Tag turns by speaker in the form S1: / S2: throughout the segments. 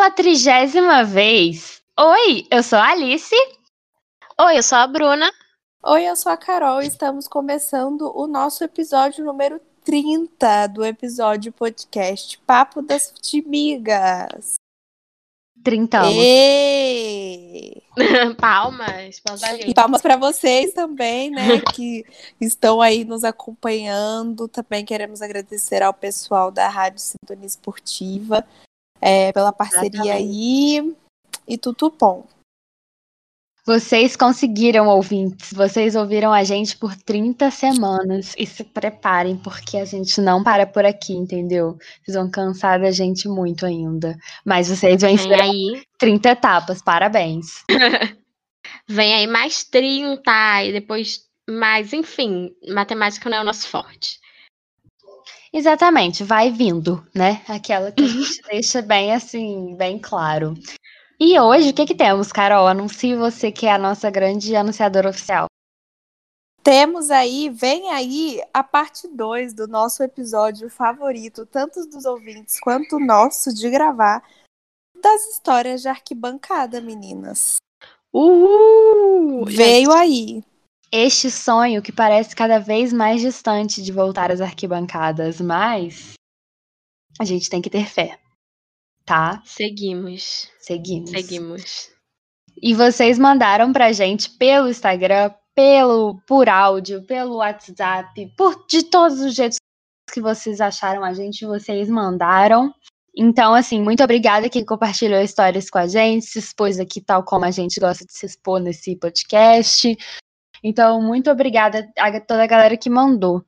S1: pela 30ª vez. Oi, eu sou a Alice.
S2: Oi, eu sou a Bruna.
S3: Oi, eu sou a Carol. Estamos começando o nosso episódio número 30 do episódio podcast Papo das Futimigas.
S1: 30 anos.
S2: Palmas.
S3: E palmas para vocês também, né, que estão aí nos acompanhando. Também queremos agradecer ao pessoal da Rádio Sintonia Esportiva pela parceria aí. E tudo bom.
S1: Vocês conseguiram, ouvintes. Vocês ouviram a gente por 30 semanas. E se preparem, porque a gente não para por aqui, entendeu? Vocês vão cansar da gente muito ainda. Mas vocês venceram
S2: aí
S1: 30 etapas. Parabéns.
S2: Vem aí mais 30 e depois mais, enfim, matemática não é o nosso forte.
S1: Exatamente, vai vindo, né? Aquela que a gente deixa bem assim, bem claro. E hoje, o que temos, Carol? Anuncie você que é a nossa grande anunciadora oficial.
S3: Temos aí, vem aí a parte 2 do nosso episódio favorito, tanto dos ouvintes quanto nosso, de gravar, das histórias de arquibancada, meninas. Veio
S2: gente.
S3: aí.
S1: Este sonho que parece cada vez mais distante de voltar às arquibancadas, mas a gente tem que ter fé, tá?
S2: Seguimos.
S1: E vocês mandaram pra gente pelo Instagram, por áudio, pelo WhatsApp, de todos os jeitos que vocês acharam a gente, vocês mandaram. Então, assim, muito obrigada quem compartilhou histórias com a gente, se expôs aqui tal como a gente gosta de se expor nesse podcast. Então, muito obrigada a toda a galera que mandou.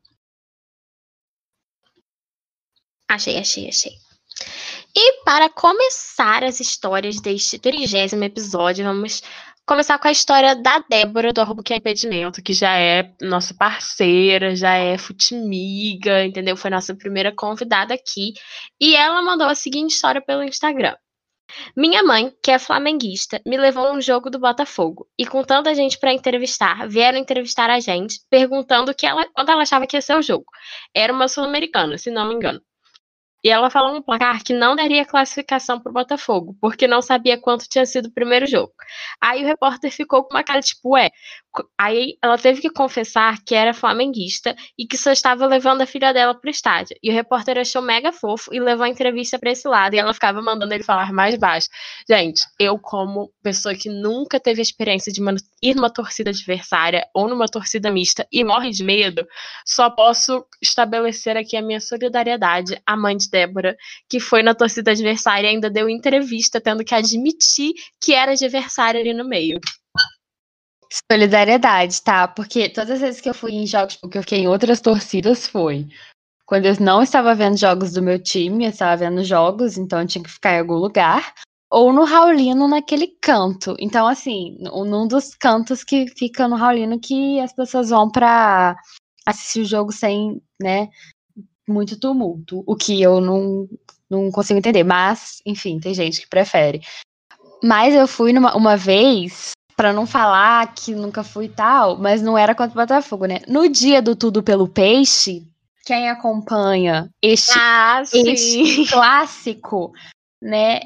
S2: Achei. E para começar as histórias deste 30º episódio, vamos começar com a história da Débora, do @que é impedimento, que já é nossa parceira, já é futimiga, entendeu? Foi nossa primeira convidada aqui. E ela mandou a seguinte história pelo Instagram. Minha mãe, que é flamenguista, me levou a um jogo do Botafogo. E com tanta gente para entrevistar, vieram entrevistar a gente, perguntando quando ela achava que ia ser o jogo. Era uma sul-americana, se não me engano. E ela falou no placar que não daria classificação pro Botafogo, porque não sabia quanto tinha sido o primeiro jogo. Aí o repórter ficou com uma cara tipo, Aí ela teve que confessar que era flamenguista e que só estava levando a filha dela pro estádio. E o repórter achou mega fofo e levou a entrevista pra esse lado. E ela ficava mandando ele falar mais baixo. Gente, eu como pessoa que nunca teve a experiência de ir numa torcida adversária ou numa torcida mista e morre de medo, só posso estabelecer aqui a minha solidariedade à mãe de Débora, que foi na torcida adversária e ainda deu entrevista tendo que admitir que era adversária ali no meio.
S1: Solidariedade, tá? Porque todas as vezes que eu fui em jogos, porque eu fiquei em outras torcidas, foi quando eu não estava vendo jogos do meu time, eu estava vendo jogos, então eu tinha que ficar em algum lugar, ou no Raulino naquele canto. Então, assim, num dos cantos que fica no Raulino que as pessoas vão pra assistir o jogo sem, né, muito tumulto, o que eu não consigo entender, mas, enfim, tem gente que prefere. Mas eu fui uma vez, pra não falar que nunca fui tal, mas não era contra o Botafogo, né? No dia do Tudo pelo Peixe, quem acompanha este clássico, né,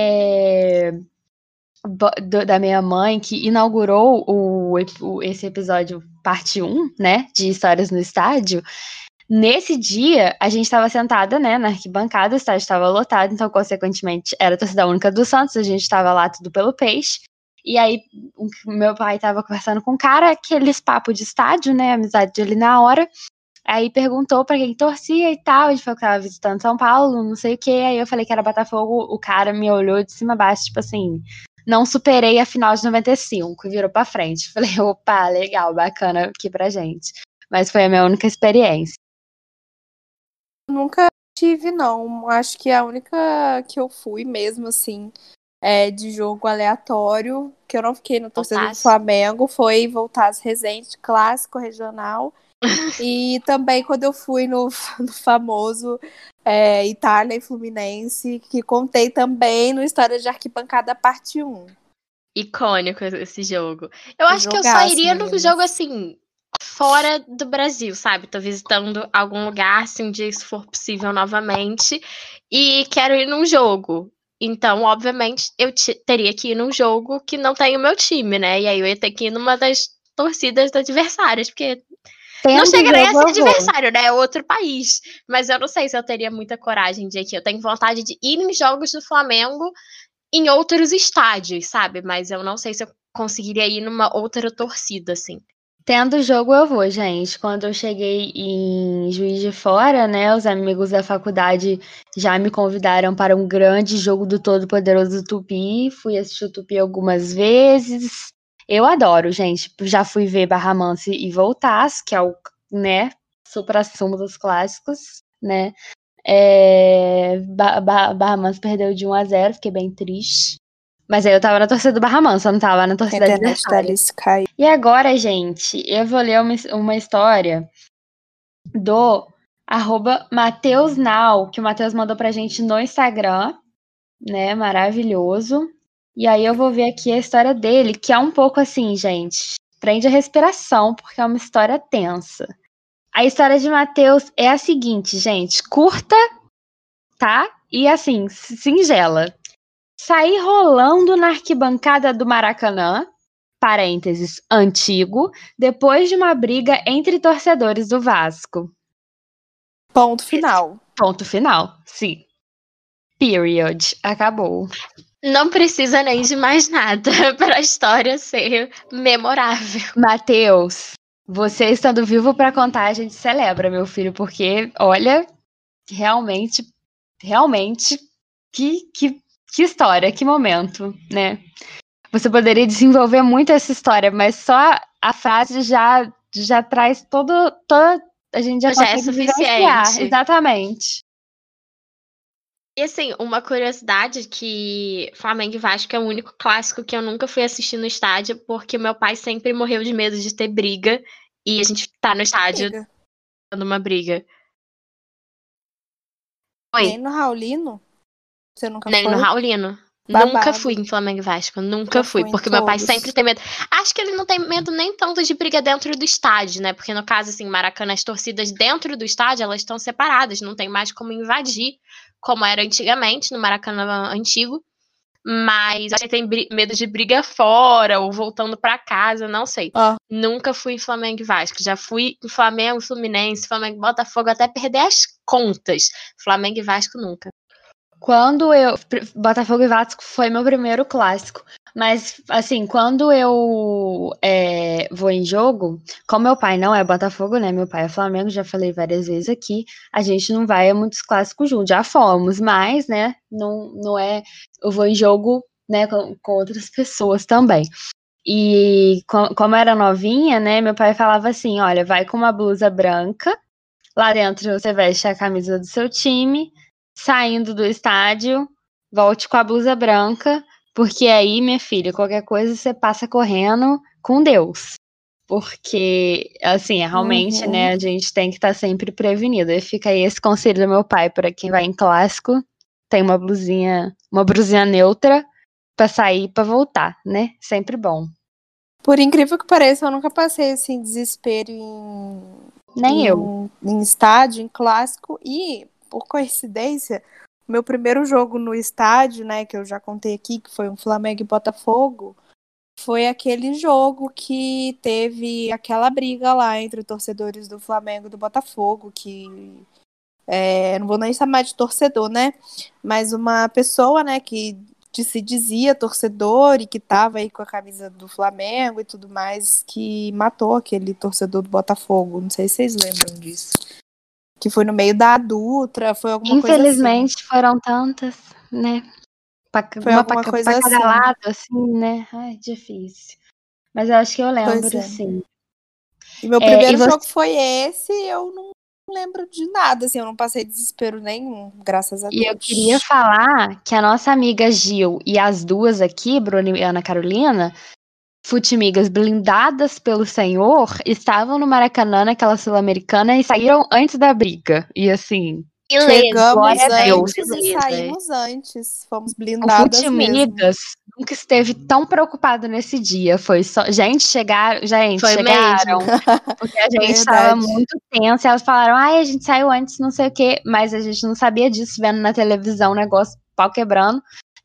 S1: da minha mãe, que inaugurou esse episódio parte 1, né, de Histórias no Estádio. Nesse dia, a gente estava sentada, né, na arquibancada, o estádio estava lotado, então, consequentemente, era a torcida única do Santos, a gente estava lá tudo pelo Peixe. E aí, meu pai estava conversando com um cara, aqueles papos de estádio, né, amizade ali na hora. Aí perguntou pra quem torcia e tal, a gente falou que tava visitando São Paulo, não sei o que. Aí eu falei que era Botafogo, o cara me olhou de cima a baixo, tipo assim, não superei a final de 95, e virou pra frente. Falei, opa, legal, bacana aqui pra gente. Mas foi a minha única experiência.
S3: Nunca tive, não. Acho que a única que eu fui mesmo, assim, de jogo aleatório, que eu não fiquei no torcedor do Flamengo, foi voltar às Resende, clássico regional. E também quando eu fui no famoso Itália e Fluminense, que contei também no História de Arquibancada parte 1.
S2: Icônico esse jogo. Eu acho que eu só iria no jogo assim, fora do Brasil, sabe? Tô visitando algum lugar, se um dia isso for possível novamente, e quero ir num jogo. Então, obviamente, eu teria que ir num jogo que não tem o meu time, né? E aí eu ia ter que ir numa das torcidas adversárias, porque não chega nem a ser adversário, né? É outro país. Mas eu não sei se eu teria muita coragem de ir aqui. Eu tenho vontade de ir em jogos do Flamengo em outros estádios, sabe? Mas eu não sei se eu conseguiria ir numa outra torcida, assim.
S1: Tendo jogo eu vou, gente. Quando eu cheguei em Juiz de Fora, né, os amigos da faculdade já me convidaram para um grande jogo do Todo-Poderoso Tupi. Fui assistir o Tupi algumas vezes. Eu adoro, gente. Já fui ver Barra Mansa e Voltaço, que é o, né, supra-sumo dos clássicos, né. Barra Mansa perdeu de 1-0, fiquei bem triste. Mas aí eu tava na torcida do Barra Mansa, eu não tava na torcida adversária. E agora, gente, eu vou ler uma história do @MatheusNau, que o Matheus mandou pra gente no Instagram, né? Maravilhoso. E aí eu vou ver aqui a história dele, que é um pouco assim, gente. Prende a respiração, porque é uma história tensa. A história de Matheus é a seguinte, gente. Curta, tá? E assim, singela. Saí rolando na arquibancada do Maracanã, parênteses, antigo, depois de uma briga entre torcedores do Vasco.
S3: Ponto final.
S1: Ponto final, sim. Period. Acabou.
S2: Não precisa nem de mais nada para a história ser memorável.
S1: Matheus, você estando vivo para contar, a gente celebra, meu filho, porque, olha, realmente, que história, que momento, né? Você poderia desenvolver muito essa história, mas só a frase já traz toda a gente já
S2: é suficiente.
S1: Exatamente.
S2: E assim, uma curiosidade que Flamengo e Vasco é o único clássico que eu nunca fui assistir no estádio, porque meu pai sempre morreu de medo de ter briga e a gente tá no estádio dando uma briga.
S3: Oi. Nem no Raulino? Você nunca foi?
S2: Nem no Raulino. Babado. Nunca fui em Flamengo e Vasco, nunca fui, porque meu pai sempre tem medo. Acho que ele não tem medo nem tanto de briga dentro do estádio, né? Porque no caso, assim, Maracanã, as torcidas dentro do estádio, elas estão separadas, não tem mais como invadir, como era antigamente, no Maracanã antigo. Mas acho que tem medo de briga fora, ou voltando pra casa, não sei. Nunca fui em Flamengo e Vasco. Já fui em Flamengo, Fluminense, Flamengo e Botafogo, até perder as contas. Flamengo e Vasco nunca.
S1: Botafogo e Vasco foi meu primeiro clássico. Mas, assim, quando eu vou em jogo, como meu pai não é Botafogo, né? Meu pai é Flamengo, já falei várias vezes aqui. A gente não vai a muitos clássicos juntos. Já fomos, mas, né? Não é. Eu vou em jogo, né? Com outras pessoas também. E como era novinha, né? Meu pai falava assim: olha, vai com uma blusa branca. Lá dentro você veste a camisa do seu time. Saindo do estádio, volte com a blusa branca, porque aí, minha filha, qualquer coisa você passa correndo com Deus. Porque, assim, realmente, né, a gente tem que estar sempre prevenido. E fica aí esse conselho do meu pai para quem vai em clássico, tem uma blusinha neutra para sair e para voltar, né? Sempre bom.
S3: Por incrível que pareça, eu nunca passei assim desespero em estádio, em clássico, e por coincidência, meu primeiro jogo no estádio, né, que eu já contei aqui, que foi um Flamengo e Botafogo, foi aquele jogo que teve aquela briga lá entre torcedores do Flamengo e do Botafogo, que não vou nem chamar de torcedor, né, mas uma pessoa, né, que se dizia torcedor e que tava aí com a camisa do Flamengo e tudo mais, que matou aquele torcedor do Botafogo. Não sei se vocês lembram disso. Que foi no meio da Dutra, foi alguma coisa assim.
S1: Infelizmente foram tantas, né?
S3: Foi alguma coisa
S1: pra cada lado, assim, né? Ai, difícil. Mas eu acho que eu lembro, sim.
S3: E meu primeiro jogo foi esse, eu não lembro de nada, assim, eu não passei desespero nenhum, graças a Deus.
S1: E eu queria falar que a nossa amiga Gil e as duas aqui, Bruna e Ana Carolina, futimigas blindadas pelo Senhor, estavam no Maracanã, naquela Sul-Americana, e saíram antes da briga. E assim,
S3: chegamos antes e saímos antes. Fomos blindadas mesmo.
S1: O Futimigas nunca esteve tão preocupado nesse dia. Foi só. Gente, chegaram. Porque a gente estava muito tensa. Elas falaram, a gente saiu antes, não sei o quê. Mas a gente não sabia disso, vendo na televisão o negócio, pau quebrando.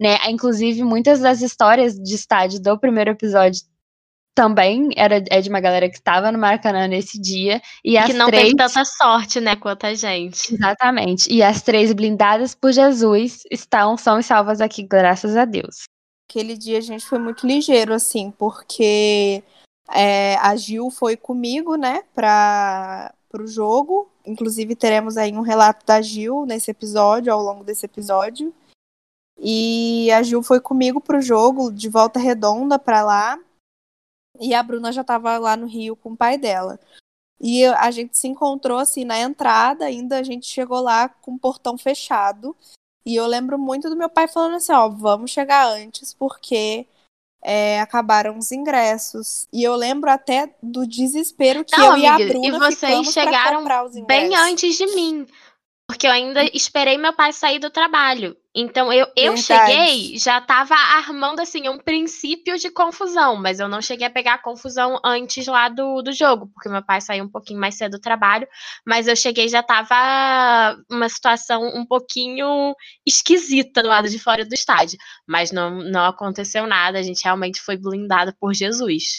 S1: né? Inclusive, muitas das histórias de estádio do primeiro episódio também é de uma galera que estava no Maracanã nesse dia. E
S2: que não teve tanta sorte, né, quanto a gente.
S1: Exatamente. E as 3 blindadas por Jesus são salvas aqui, graças a Deus.
S3: Aquele dia a gente foi muito ligeiro, assim, porque a Gil foi comigo, né, pro jogo. Inclusive, teremos aí um relato da Gil nesse episódio, ao longo desse episódio. E a Gil foi comigo pro jogo, de Volta Redonda pra lá. E a Bruna já tava lá no Rio com o pai dela. E a gente se encontrou, assim, na entrada, ainda a gente chegou lá com o portão fechado. E eu lembro muito do meu pai falando assim, ó, vamos chegar antes, porque acabaram os ingressos. E eu lembro até do desespero que eu
S2: amiga,
S3: e a Bruna
S2: e vocês
S3: ficamos
S2: chegaram
S3: pra comprar os ingressos.
S2: bem antes de mim. Porque eu ainda esperei meu pai sair do trabalho. Então, eu cheguei, já tava armando, assim, um princípio de confusão. Mas eu não cheguei a pegar a confusão antes lá do jogo. Porque meu pai saiu um pouquinho mais cedo do trabalho. Mas eu cheguei, já tava uma situação um pouquinho esquisita do lado de fora do estádio. Mas não aconteceu nada. A gente realmente foi blindado por Jesus.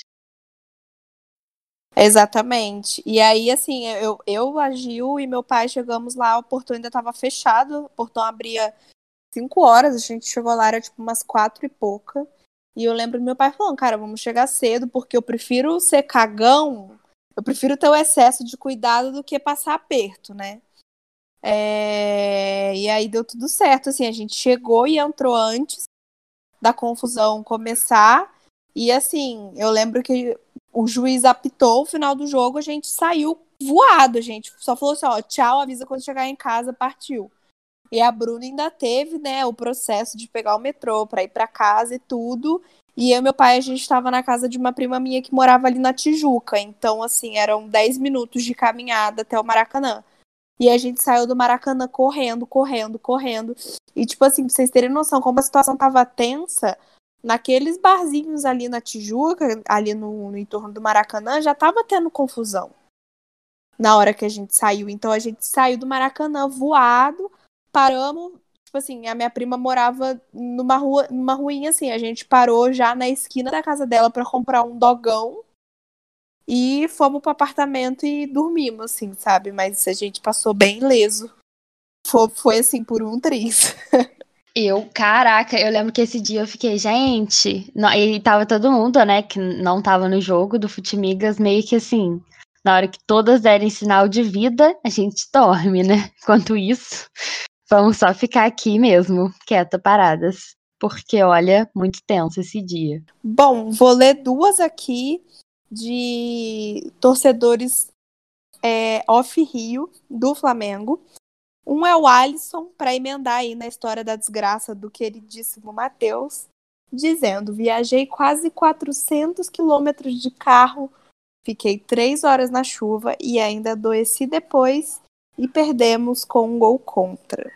S3: Exatamente. E aí, assim, a Gil e meu pai chegamos lá, o portão ainda estava fechado, o portão abria 5 horas, a gente chegou lá, era tipo umas 4 e pouca. E eu lembro do meu pai falando, cara, vamos chegar cedo, porque eu prefiro ser cagão, eu prefiro ter o excesso de cuidado do que passar aperto, né? E aí deu tudo certo, assim, a gente chegou e entrou antes da confusão começar. E assim, eu lembro que o juiz apitou o final do jogo, a gente saiu voado, a gente só falou assim, ó, tchau, avisa quando chegar em casa, partiu. E a Bruna ainda teve, né, o processo de pegar o metrô pra ir pra casa e tudo. E eu e meu pai, a gente tava na casa de uma prima minha que morava ali na Tijuca. Então, assim, eram 10 minutos de caminhada até o Maracanã. E a gente saiu do Maracanã correndo, correndo, correndo. E, tipo assim, pra vocês terem noção como a situação tava tensa, naqueles barzinhos ali na Tijuca, ali no entorno do Maracanã, já tava tendo confusão na hora que a gente saiu. Então a gente saiu do Maracanã voado, paramos, tipo assim, a minha prima morava numa ruinha assim, a gente parou já na esquina da casa dela pra comprar um dogão e fomos pro apartamento e dormimos, assim, sabe? Mas a gente passou bem ileso. Foi assim, por um triz.
S1: Caraca, eu lembro que esse dia eu fiquei, gente, e tava todo mundo, né, que não tava no jogo do Futimigas, meio que assim, na hora que todas derem sinal de vida, a gente dorme, né? Enquanto isso, vamos só ficar aqui mesmo, quieta, paradas. Porque, olha, muito tenso esse dia.
S3: Bom, vou ler 2 aqui de torcedores off-Rio do Flamengo. Um é o Alisson, para emendar aí na história da desgraça do queridíssimo Matheus, dizendo: viajei quase 400 quilômetros de carro, fiquei 3 horas na chuva e ainda adoeci depois e perdemos com um gol contra.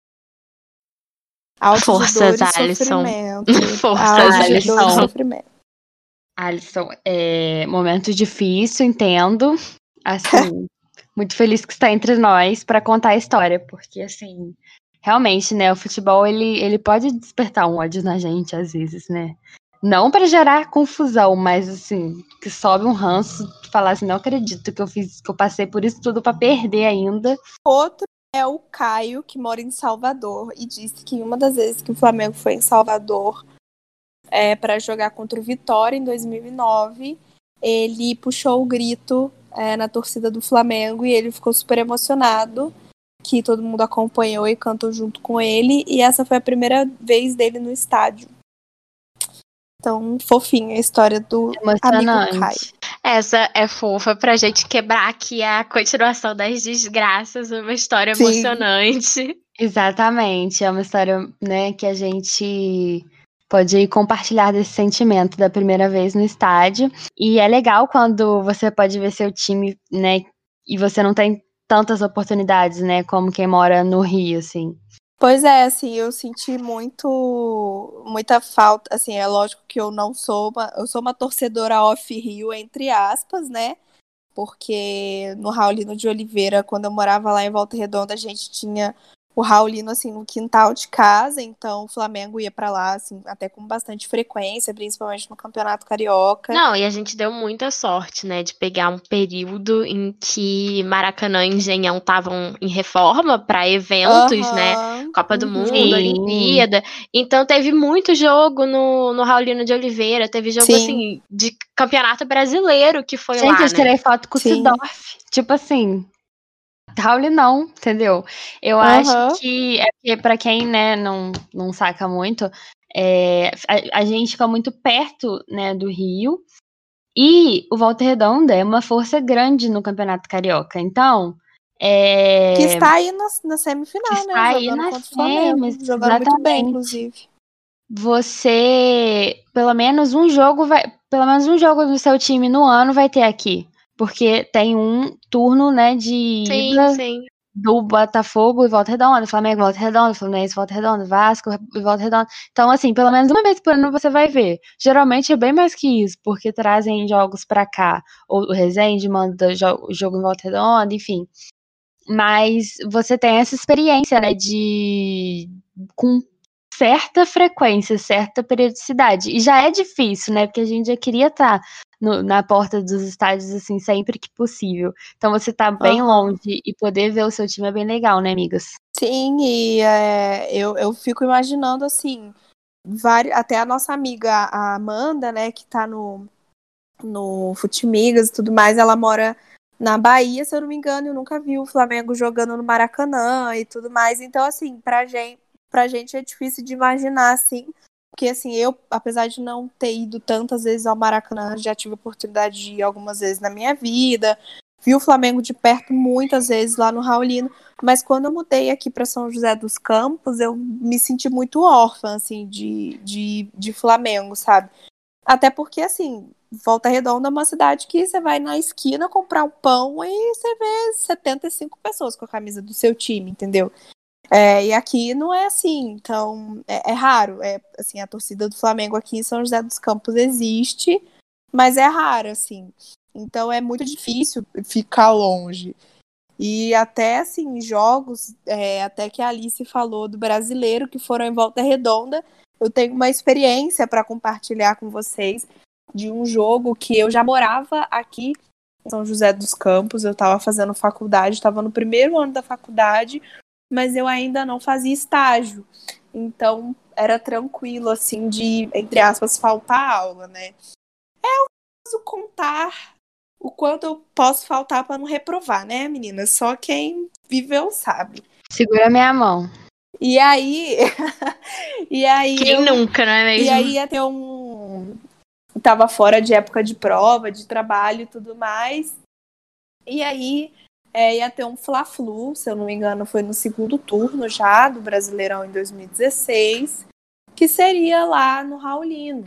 S2: Forças, Alisson.
S3: Forças, Alisson. Sofrimento.
S1: Alisson, momento difícil, entendo. Assim, muito feliz que está entre nós para contar a história, porque assim, realmente, né, o futebol ele pode despertar um ódio na gente às vezes, né? Não para gerar confusão, mas assim, que sobe um ranço de falar assim, não acredito que eu passei por isso tudo para perder ainda.
S3: Outro é o Caio, que mora em Salvador, e disse que uma das vezes que o Flamengo foi em Salvador para jogar contra o Vitória em 2009, ele puxou o grito na torcida do Flamengo e ele ficou super emocionado, que todo mundo acompanhou e cantou junto com ele, e essa foi a primeira vez dele no estádio. Então, fofinha a história do amigo Caio.
S2: Essa é fofa pra gente quebrar aqui a continuação das desgraças, uma história emocionante.
S1: Exatamente, é uma história, né, que a gente pode compartilhar desse sentimento da primeira vez no estádio. E é legal quando você pode ver seu time, né, e você não tem tantas oportunidades, né, como quem mora no Rio, assim.
S3: Pois é, assim, eu senti muita falta, assim, é lógico que eu sou uma torcedora off-Rio, entre aspas, né, porque no Raulino de Oliveira, quando eu morava lá em Volta Redonda, a gente tinha o Raulino, assim, no quintal de casa, então o Flamengo ia pra lá, assim, até com bastante frequência, principalmente no Campeonato Carioca.
S2: Não, e a gente deu muita sorte, né, de pegar um período em que Maracanã e Engenhão estavam em reforma para eventos, né, Copa do Mundo, Olimpíada, então teve muito jogo no Raulino de Oliveira, teve jogo, assim, de Campeonato Brasileiro que foi lá, né.
S1: Gente, eu tirei foto com o Sidorf, tipo assim... Raul não, entendeu? Eu acho que, pra quem, né, não saca muito, a gente fica muito perto, né, do Rio, e o Volta Redonda é uma força grande no Campeonato Carioca, então...
S3: Que está aí na semifinal, né, jogando contra o Flamengo, jogando muito bem, inclusive.
S1: Você, pelo menos um jogo do seu time no ano vai ter aqui. Porque tem um turno, né, de ida do Botafogo e Volta Redonda, Flamengo, Volta Redonda, Fluminense, Volta Redonda, Vasco e Volta Redonda. Então, assim, pelo menos uma vez por ano você vai ver. Geralmente é bem mais que isso, porque trazem jogos pra cá. Ou o Resende manda jogo em Volta Redonda, enfim. Mas você tem essa experiência, né, com certa frequência, certa periodicidade. E já é difícil, né, porque a gente já queria estar na porta dos estádios, assim, sempre que possível. Então você tá bem longe e poder ver o seu time é bem legal, né, amigas?
S3: Sim, e eu fico imaginando, assim, até a nossa amiga, a Amanda, né, que tá no Futimigas e tudo mais, ela mora na Bahia, se eu não me engano, eu nunca vi o Flamengo jogando no Maracanã e tudo mais. Então, assim, pra gente é difícil de imaginar, assim, porque, assim, eu, apesar de não ter ido tantas vezes ao Maracanã, já tive a oportunidade de ir algumas vezes na minha vida, vi o Flamengo de perto muitas vezes lá no Raulino, mas quando eu mudei aqui para São José dos Campos, eu me senti muito órfã, assim, de Flamengo, sabe? Até porque, assim, Volta Redonda é uma cidade que você vai na esquina comprar um pão e você vê 75 pessoas com a camisa do seu time, entendeu? E aqui não é assim, então é raro. Assim, a torcida do Flamengo aqui em São José dos Campos existe, mas é raro, assim. Então é muito difícil ficar longe. E até, assim, jogos, até que a Alice falou do brasileiro que foram em Volta Redonda, eu tenho uma experiência para compartilhar com vocês de um jogo que eu já morava aqui em São José dos Campos, eu estava fazendo faculdade, estava no primeiro ano da faculdade, mas eu ainda não fazia estágio. Então, era tranquilo, assim, de, entre aspas, faltar aula, né? Eu posso contar o quanto eu posso faltar para não reprovar, né, meninas? Só quem viveu sabe.
S1: Segura minha mão.
S3: E aí...
S2: Quem nunca, não é mesmo?
S3: E aí ia ter tava fora de época de prova, de trabalho e tudo mais. E aí ia ter um Fla-Flu, se eu não me engano, foi no segundo turno já do Brasileirão em 2016, que seria lá no Raulino.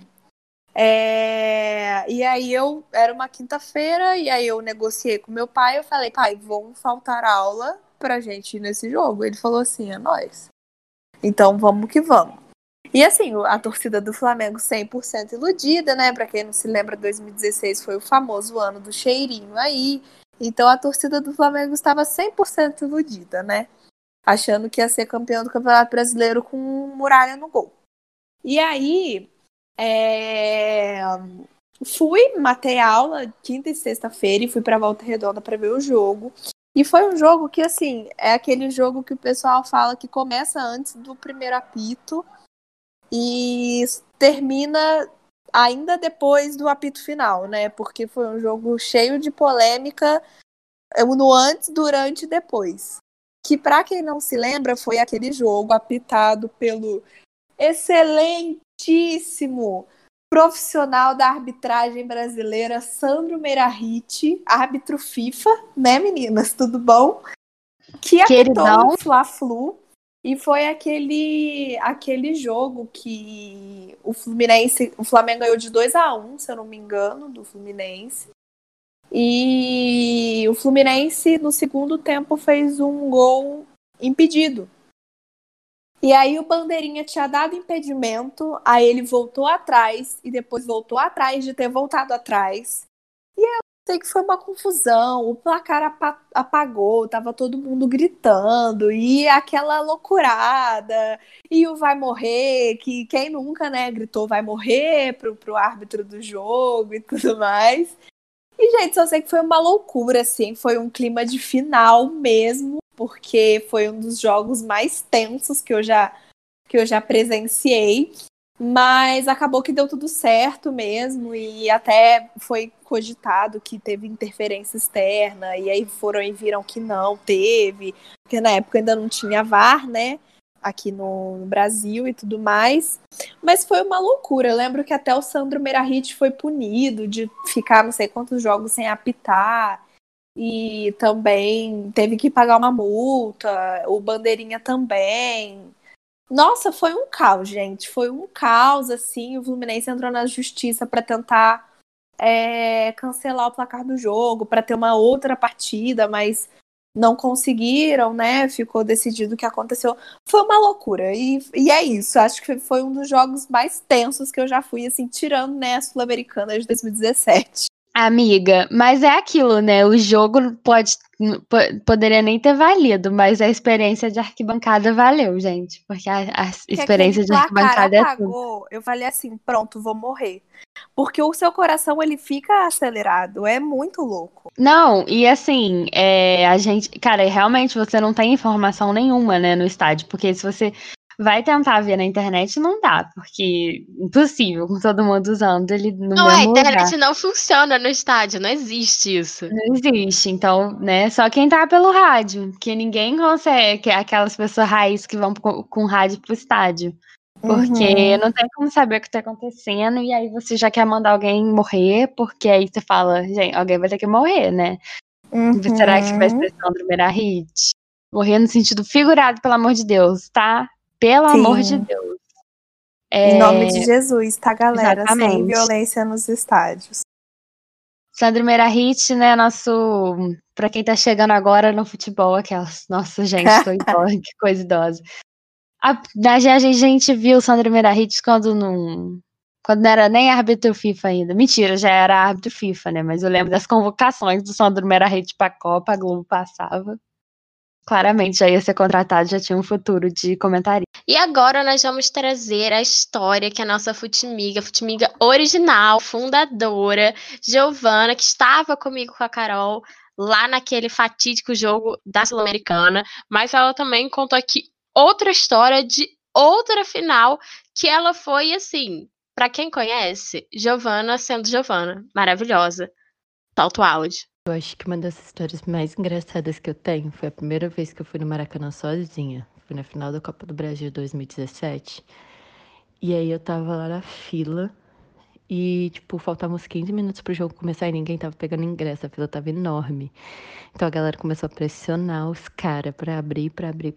S3: E aí era uma quinta-feira, e aí eu negociei com meu pai, eu falei, pai, vamos faltar aula pra gente ir nesse jogo. Ele falou assim, é nóis. Então vamos que vamos. E assim, a torcida do Flamengo 100% iludida, né? Pra quem não se lembra, 2016 foi o famoso ano do cheirinho aí. Então a torcida do Flamengo estava 100% iludida, né? Achando que ia ser campeão do Campeonato Brasileiro com Muralha no gol. E aí, matei aula quinta e sexta-feira e fui pra Volta Redonda pra ver o jogo. E foi um jogo que, assim, é aquele jogo que o pessoal fala que começa antes do primeiro apito e termina ainda depois do apito final, né? Porque foi um jogo cheio de polêmica no antes, durante e depois. Que, pra quem não se lembra, foi aquele jogo apitado pelo excelentíssimo profissional da arbitragem brasileira, Sandro Meirahit, árbitro FIFA, né, meninas? Tudo bom? Que apitou o Fla-Flu. E foi aquele jogo que o Flamengo ganhou de 2-1, se eu não me engano, do Fluminense. E o Fluminense, no segundo tempo, fez um gol impedido. E aí o Bandeirinha tinha dado impedimento, aí ele voltou atrás, e depois voltou atrás de ter voltado atrás. E aí Sei que foi uma confusão, o placar apagou, tava todo mundo gritando, e aquela loucurada, e o vai morrer, que quem nunca, né, gritou vai morrer pro árbitro do jogo e tudo mais. E, gente, só sei que foi uma loucura, assim, foi um clima de final mesmo, porque foi um dos jogos mais tensos que eu já presenciei. Mas acabou que deu tudo certo mesmo, e até foi cogitado que teve interferência externa, e aí foram e viram que não teve, porque na época ainda não tinha VAR, né? Aqui no Brasil e tudo mais. Mas foi uma loucura. Eu lembro que até o Sandro Meirahit foi punido de ficar não sei quantos jogos sem apitar. E também teve que pagar uma multa, o Bandeirinha também. Nossa, foi um caos, gente. Foi um caos, assim. O Fluminense entrou na justiça para tentar cancelar o placar do jogo, para ter uma outra partida, mas não conseguiram, né? Ficou decidido o que aconteceu. Foi uma loucura. E é isso. Acho que foi um dos jogos mais tensos que eu já fui, assim, tirando, né, a Sul-Americana de 2017.
S1: Amiga, mas é aquilo, né? O jogo poderia nem ter valido, mas a experiência de arquibancada valeu, gente. Porque a experiência de arquibancada é tudo.
S3: Apagou, eu falei assim, pronto, vou morrer. Porque o seu coração, ele fica acelerado, é muito louco.
S1: Não, e assim, a gente, cara, realmente você não tem informação nenhuma, né, no estádio, porque se você vai tentar ver na internet, não dá, porque impossível, com todo mundo usando ele no
S2: Não,
S1: mesmo
S2: a internet
S1: lugar.
S2: não funciona no estádio, não existe isso.
S1: Não existe, então, né, só quem tá pelo rádio, que ninguém consegue, que é aquelas pessoas raiz que vão com rádio pro estádio. Porque não tem como saber o que tá acontecendo, e aí você já quer mandar alguém morrer, porque aí você fala, gente, alguém vai ter que morrer, né? Será que vai ser Sandro Meirahit? Morrer no sentido figurado, pelo amor de Deus, tá? Pelo amor de Deus.
S3: Em nome de Jesus, tá, galera?
S1: Exatamente.
S3: Sem violência nos estádios.
S1: Sandro Meirahit, né, pra quem tá chegando agora no futebol, aquelas, nossa, gente, tô idosa, que coisa idosa. A gente viu o Sandro Meirahit quando não era nem árbitro FIFA ainda. Mentira, já era árbitro FIFA, né? Mas eu lembro das convocações do Sandro Meirahit pra Copa, a Globo passava. Claramente já ia ser contratado, já tinha um futuro de comentarista.
S2: E agora nós vamos trazer a história que a nossa Futimiga original, fundadora, Giovana, que estava comigo com a Carol lá naquele fatídico jogo da Sul-Americana, mas ela também contou aqui outra história de outra final que ela foi assim, pra quem conhece, Giovana sendo Giovana, maravilhosa. Solta o áudio.
S4: Eu acho que uma das histórias mais engraçadas que eu tenho foi a primeira vez que eu fui no Maracanã sozinha. Fui na final da Copa do Brasil 2017. E aí eu tava lá na fila e, tipo, faltavam uns 15 minutos pro jogo começar e ninguém tava pegando ingresso. A fila tava enorme. Então a galera começou a pressionar os caras pra abrir.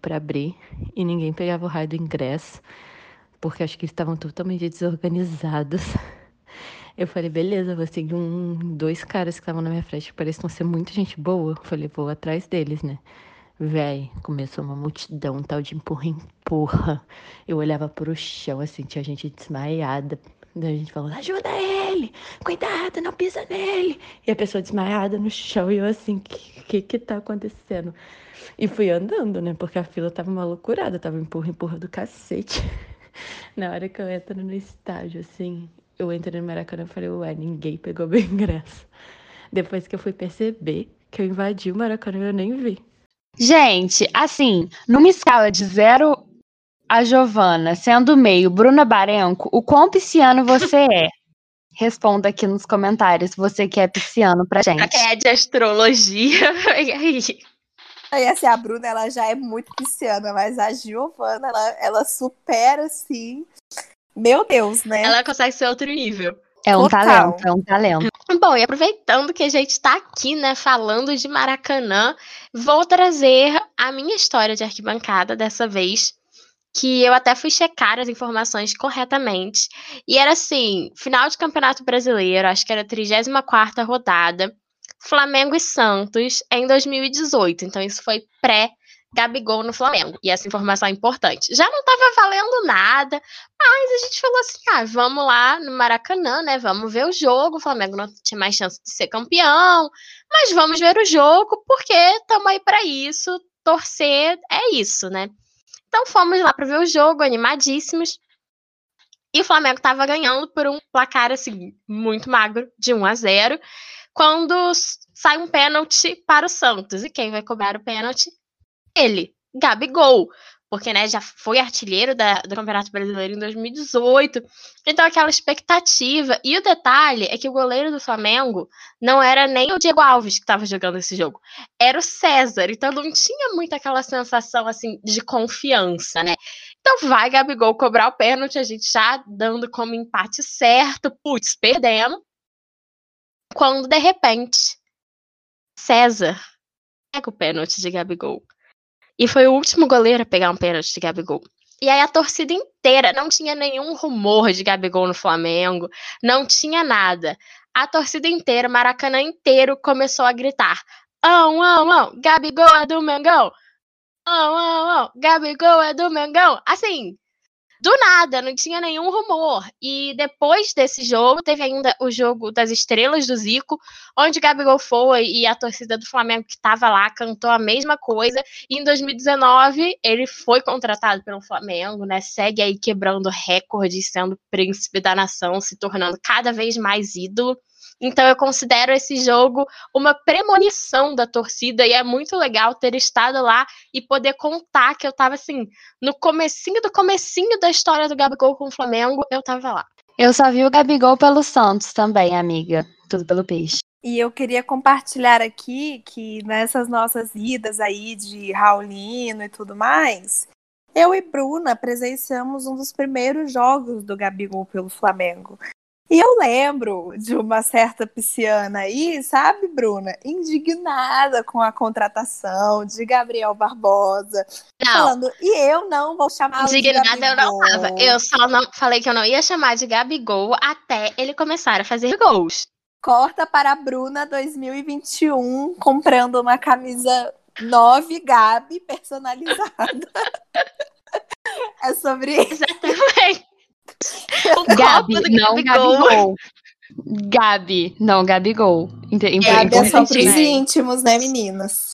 S4: E ninguém pegava o raio do ingresso, porque acho que eles estavam totalmente desorganizados. Eu falei, beleza, vou seguir dois caras que estavam na minha frente, que pareciam ser muita gente boa. Eu falei, vou atrás deles, né? Véi, começou uma multidão, tal de empurra. Eu olhava pro chão, assim, tinha gente desmaiada. Daí a gente falou, ajuda ele! Cuidado, não pisa nele! E a pessoa desmaiada no chão, e eu assim, que tá acontecendo? E fui andando, né? Porque a fila tava uma loucurada, tava empurra do cacete. Na hora que eu entro no estádio, assim, eu entrei no Maracanã e falei, ué, ninguém pegou meu ingresso. Depois que eu fui perceber que eu invadi o Maracanã, eu nem vi.
S1: Gente, assim, numa escala de 0 a Giovana, sendo meio Bruna Barenco, o quão pisciano você é? Responda aqui nos comentários, você que é pisciano pra gente.
S2: Pra quem é de astrologia, e aí?
S3: E assim, a Bruna, ela já é muito pisciana, mas a Giovana, ela supera, assim, meu Deus, né?
S2: Ela consegue ser outro nível.
S1: É um
S3: Total.
S1: talento, é um talento.
S2: Bom, e aproveitando que a gente tá aqui, né, falando de Maracanã, vou trazer a minha história de arquibancada dessa vez, que eu até fui checar as informações corretamente. E era assim, final de Campeonato Brasileiro, acho que era a 34ª rodada, Flamengo e Santos em 2018. Então isso foi Gabigol no Flamengo. E essa informação é importante. Já não estava valendo nada, mas a gente falou assim: vamos lá no Maracanã, né? Vamos ver o jogo. O Flamengo não tinha mais chance de ser campeão, mas vamos ver o jogo, porque estamos aí para isso. Torcer é isso, né? Então fomos lá para ver o jogo, animadíssimos. E o Flamengo estava ganhando por um placar assim muito magro, de 1-0, quando sai um pênalti para o Santos. E quem vai cobrar o pênalti? Ele, Gabigol. Porque, né, já foi artilheiro do Campeonato Brasileiro em 2018. Então, aquela expectativa. E o detalhe é que o goleiro do Flamengo não era nem o Diego Alves que estava jogando esse jogo. Era o César. Então, não tinha muito aquela sensação, assim, de confiança, né? Então, vai Gabigol cobrar o pênalti. A gente já dando como empate certo. Putz, perdemos. Quando, de repente, César pega o pênalti de Gabigol. E foi o último goleiro a pegar um pênalti de Gabigol. E aí a torcida inteira, não tinha nenhum rumor de Gabigol no Flamengo, não tinha nada. A torcida inteira, o Maracanã inteiro, começou a gritar: Gabigol é do Mengão! Gabigol é do Mengão! Assim, do nada, não tinha nenhum rumor. E depois desse jogo, teve ainda o jogo das estrelas do Zico, onde o Gabigol foi e a torcida do Flamengo que estava lá cantou a mesma coisa. E em 2019, ele foi contratado pelo Flamengo, né? Segue aí quebrando recordes, sendo príncipe da nação, se tornando cada vez mais ídolo. Então eu considero esse jogo uma premonição da torcida e é muito legal ter estado lá e poder contar que eu tava assim, no comecinho do comecinho da história do Gabigol com o Flamengo, eu tava lá.
S1: Eu só vi o Gabigol pelo Santos também, amiga. Tudo pelo peixe.
S3: E eu queria compartilhar aqui que nessas nossas idas aí de Raulino e tudo mais, eu e Bruna presenciamos um dos primeiros jogos do Gabigol pelo Flamengo. E eu lembro de uma certa pisciana aí, sabe, Bruna? Indignada com a contratação de Gabriel Barbosa.
S2: Não.
S3: Falando, e eu não vou chamar de Gabigol.
S2: Indignada eu não tava. Eu só não falei que eu não ia chamar de Gabigol até ele começar a fazer gols.
S3: Corta para a Bruna 2021 comprando uma camisa 9 Gabi personalizada. É sobre isso.
S2: Exatamente.
S1: Gabi, não Gabigol. Gabi, não Gabigol.
S3: Gabi é só pros íntimos, né, meninas?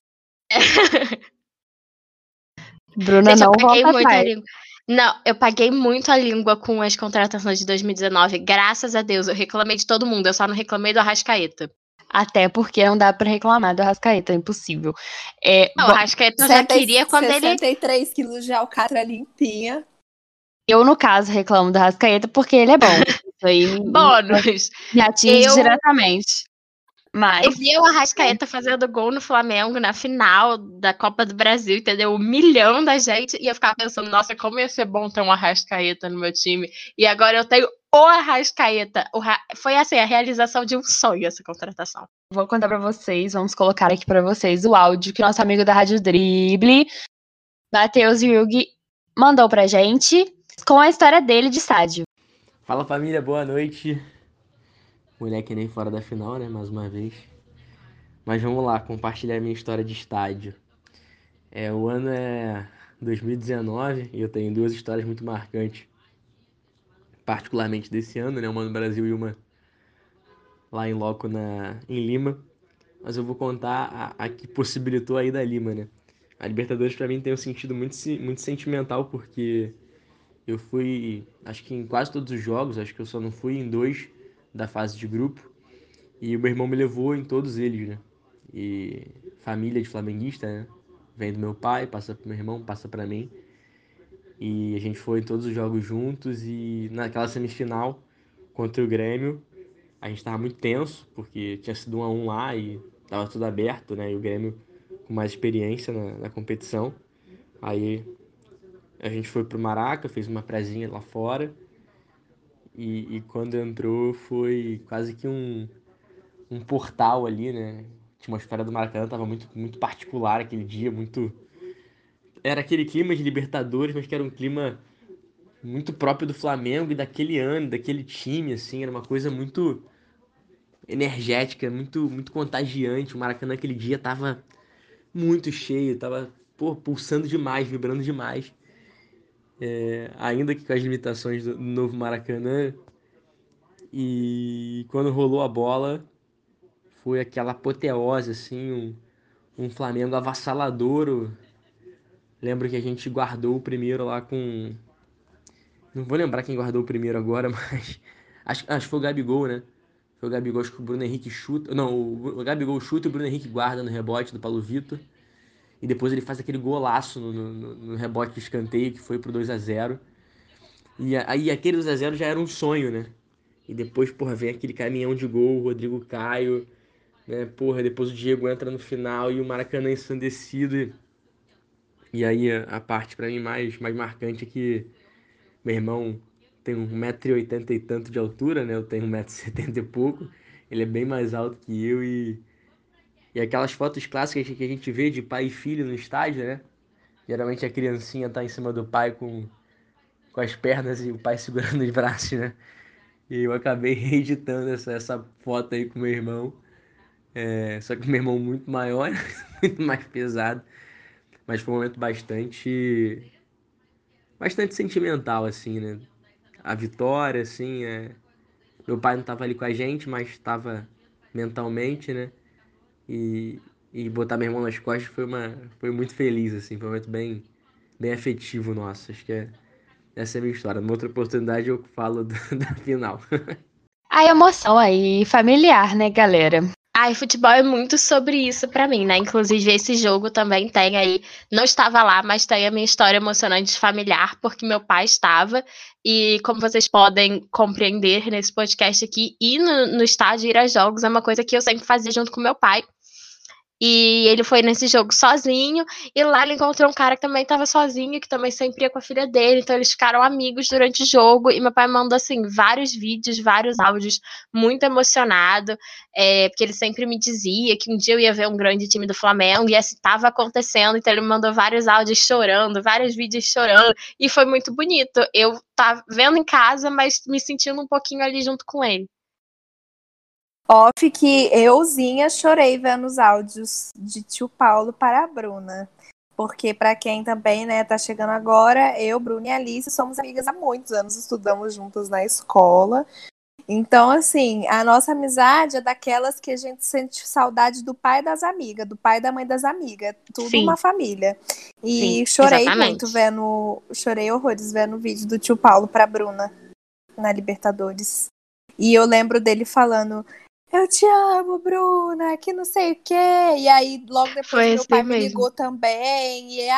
S1: Bruna,
S2: gente,
S1: não
S2: volta
S1: atrás.
S2: Não, eu paguei muito a língua com as contratações de 2019. Graças a Deus, eu reclamei de todo mundo. Eu só não reclamei do Arrascaeta.
S1: Até porque não dá pra reclamar do Arrascaeta, é impossível.
S2: Não, o Arrascaeta eu já queria quando
S3: 63 quilos de alcatra limpinha.
S1: Eu, no caso, reclamo do Arrascaeta porque ele é bom. Isso aí me atinge diretamente. Mas...
S2: Eu vi o Arrascaeta fazendo gol no Flamengo na final da Copa do Brasil, entendeu? 1 milhão da gente. E eu ficava pensando, nossa, como ia ser bom ter um Arrascaeta no meu time. E agora eu tenho o Arrascaeta. Foi assim, a realização de um sonho essa contratação.
S1: Vou contar pra vocês, vamos colocar aqui pra vocês o áudio que nosso amigo da Rádio Drible, Matheus Yugi, mandou pra gente com a história dele de estádio.
S5: Fala família, boa noite. Moleque nem fora da final, né? Mais uma vez. Mas vamos lá, compartilhar minha história de estádio. O ano é 2019 e eu tenho 2 histórias muito marcantes. Particularmente desse ano, né? Uma no Brasil e uma lá em loco em Lima. Mas eu vou contar a que possibilitou a ida a Lima, né? A Libertadores pra mim tem um sentido muito, muito sentimental, porque eu fui, acho que em quase todos os jogos, acho que eu só não fui em 2 da fase de grupo. E o meu irmão me levou em todos eles, né? E família de flamenguista, né? Vem do meu pai, passa pro meu irmão, passa pra mim. E a gente foi em todos os jogos juntos e naquela semifinal contra o Grêmio, a gente tava muito tenso, porque tinha sido 1-1 lá e tava tudo aberto, né? E o Grêmio com mais experiência na competição. Aí a gente foi pro Maraca, fez uma prezinha lá fora. E quando entrou foi quase que um portal ali, né? A atmosfera do Maracanã tava muito, muito particular aquele dia, muito... Era aquele clima de Libertadores, mas que era um clima muito próprio do Flamengo e daquele ano, daquele time, assim, era uma coisa muito pô, pulsando demais, vibrando demais. Ainda que com as limitações do novo Maracanã. E quando rolou a bola, foi aquela apoteose, assim, um Flamengo avassalador. Lembro que a gente guardou o primeiro lá com... Não vou lembrar quem guardou o primeiro agora, mas... Acho que foi o Gabigol, né? Foi o Gabigol, acho que o Bruno Henrique chuta... Não, o Gabigol chuta e o Bruno Henrique guarda no rebote do Paulo Vitor. E depois ele faz aquele golaço no rebote de escanteio, que foi pro 2-0. E aí aquele 2-0 já era um sonho, né? E depois, porra, vem aquele caminhão de gol, o Rodrigo Caio, né? Porra, depois o Diego entra no final e o Maracanã ensandecido. E aí a parte pra mim mais marcante é que meu irmão tem 1,80 m e tanto de altura, né? Eu tenho 1,70 m e pouco. Ele é bem mais alto que eu e aquelas fotos clássicas que a gente vê de pai e filho no estádio, né? Geralmente a criancinha tá em cima do pai com as pernas e o pai segurando os braços, né? E eu acabei reeditando essa foto aí com meu irmão. Só que meu irmão muito maior, muito mais pesado. Mas foi um momento bastante sentimental, assim, né? A vitória, assim, meu pai não tava ali com a gente, mas estava mentalmente, né? E botar meu irmão nas costas foi muito feliz, assim, foi um momento bem afetivo nosso. Acho que essa é a minha história. Numa outra oportunidade eu falo da final.
S1: A emoção aí, familiar, né, galera?
S2: Ai, futebol é muito sobre isso pra mim, né? Inclusive, esse jogo também tem aí. Não estava lá, mas tem a minha história emocionante familiar, porque meu pai estava. E como vocês podem compreender nesse podcast aqui, ir no estádio, ir a jogos, é uma coisa que eu sempre fazia junto com meu pai. E ele foi nesse jogo sozinho, e lá ele encontrou um cara que também estava sozinho, que também sempre ia com a filha dele, então eles ficaram amigos durante o jogo, e meu pai mandou, assim, vários vídeos, vários áudios, muito emocionado, porque ele sempre me dizia que um dia eu ia ver um grande time do Flamengo, e assim, estava acontecendo, então ele me mandou vários áudios chorando, vários vídeos chorando, e foi muito bonito. Eu tava vendo em casa, mas me sentindo um pouquinho ali junto com ele.
S3: Off que euzinha chorei vendo os áudios de tio Paulo para a Bruna. Porque para quem também, né, tá chegando agora, eu, Bruna e Alice somos amigas há muitos anos, estudamos juntas na escola. Então, assim, a nossa amizade é daquelas que a gente sente saudade do pai das amigas, do pai e da mãe das amigas, tudo
S1: Sim.
S3: uma família. E
S2: Sim,
S3: chorei
S2: exatamente.
S3: muito chorei horrores vendo o vídeo do tio Paulo para a Bruna na Libertadores. E eu lembro dele falando: eu te amo, Bruna, que não sei o quê. E aí, logo depois,
S2: Foi
S3: meu
S2: esse
S3: pai
S2: daí
S3: me
S2: mesmo.
S3: ligou também. E,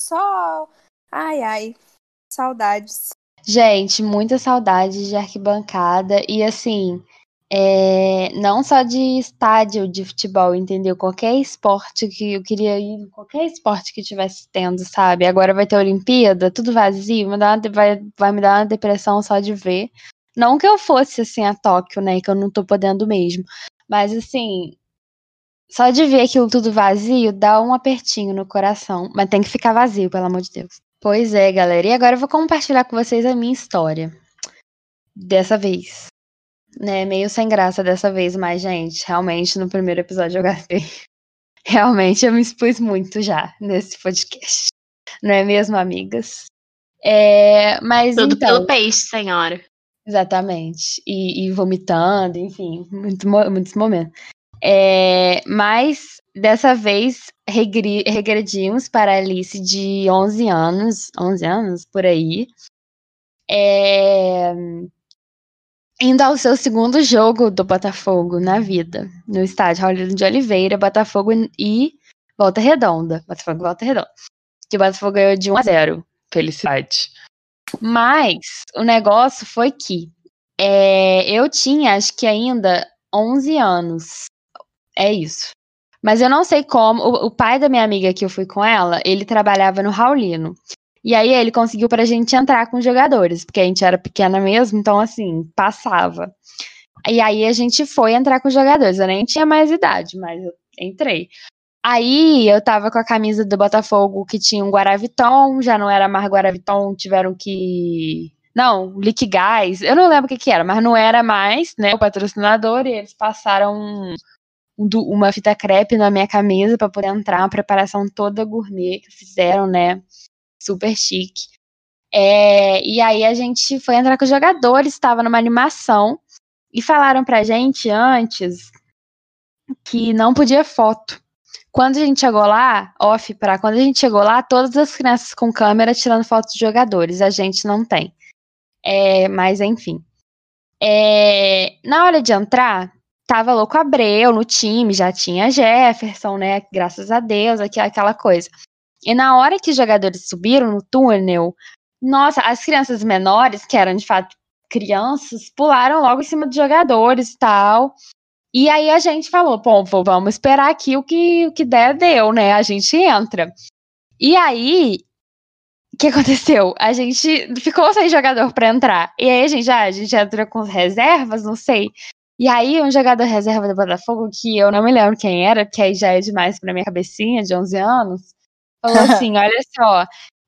S3: ai, saudades.
S1: Gente, muita saudade de arquibancada. E assim, não só de estádio de futebol, entendeu? Qualquer esporte que eu queria ir, qualquer esporte que tivesse tendo, sabe? Agora vai ter Olimpíada, tudo vazio, vai me dar uma depressão só de ver. Não que eu fosse, assim, a Tóquio, né? Que eu não tô podendo mesmo. Mas, assim, só de ver aquilo tudo vazio, dá um apertinho no coração. Mas tem que ficar vazio, pelo amor de Deus. Pois é, galera. E agora eu vou compartilhar com vocês a minha história. Dessa vez. Né? Meio sem graça dessa vez, mas, gente, realmente no primeiro episódio eu gastei. Realmente eu me expus muito já nesse podcast. Não é mesmo, amigas? Mas
S2: Tudo
S1: então.
S2: pelo peixe, senhora.
S1: Exatamente. E vomitando, enfim, muitos momentos. Mas dessa vez regredimos para a Alice de 11 anos, por aí. Indo ao seu segundo jogo do Botafogo na vida, no estádio Raulino de Oliveira, Botafogo e Volta Redonda. Botafogo e Volta Redonda. Que o Botafogo ganhou de 1-0. Felicidade. Mas o negócio foi que eu tinha, acho que ainda 11 anos. É isso. Mas eu não sei como. O pai da minha amiga que eu fui com ela, ele trabalhava no Raulino. E aí ele conseguiu pra gente entrar com os jogadores, porque a gente era pequena mesmo, então assim, passava. E aí a gente foi entrar com os jogadores. Eu nem tinha mais idade, mas eu entrei. Aí eu tava com a camisa do Botafogo que tinha um Guaraviton, já não era mais Guaraviton, tiveram que... Não, Liquigás, eu não lembro o que era, mas não era mais, né, o patrocinador, e eles passaram uma fita crepe na minha camisa para poder entrar, uma preparação toda gourmet que fizeram, né? Super chique. E aí a gente foi entrar com os jogadores, estava numa animação, e falaram pra gente antes que não podia foto. Quando a gente chegou lá, quando a gente chegou lá, todas as crianças com câmera tirando fotos dos jogadores, a gente não tem. Mas enfim. Na hora de entrar, tava Louco Abreu no time, já tinha Jefferson, né? Graças a Deus, aquela coisa. E na hora que os jogadores subiram no túnel, nossa, as crianças menores, que eram de fato crianças, pularam logo em cima dos jogadores e tal. E aí a gente falou, pô, vamos esperar aqui o que der, deu, né? A gente entra. E aí, o que aconteceu? A gente ficou sem jogador pra entrar. E aí a gente entrou com reservas, não sei. E aí um jogador reserva do Botafogo, que eu não me lembro quem era, porque aí já é demais pra minha cabecinha de 11 anos, falou assim, olha só,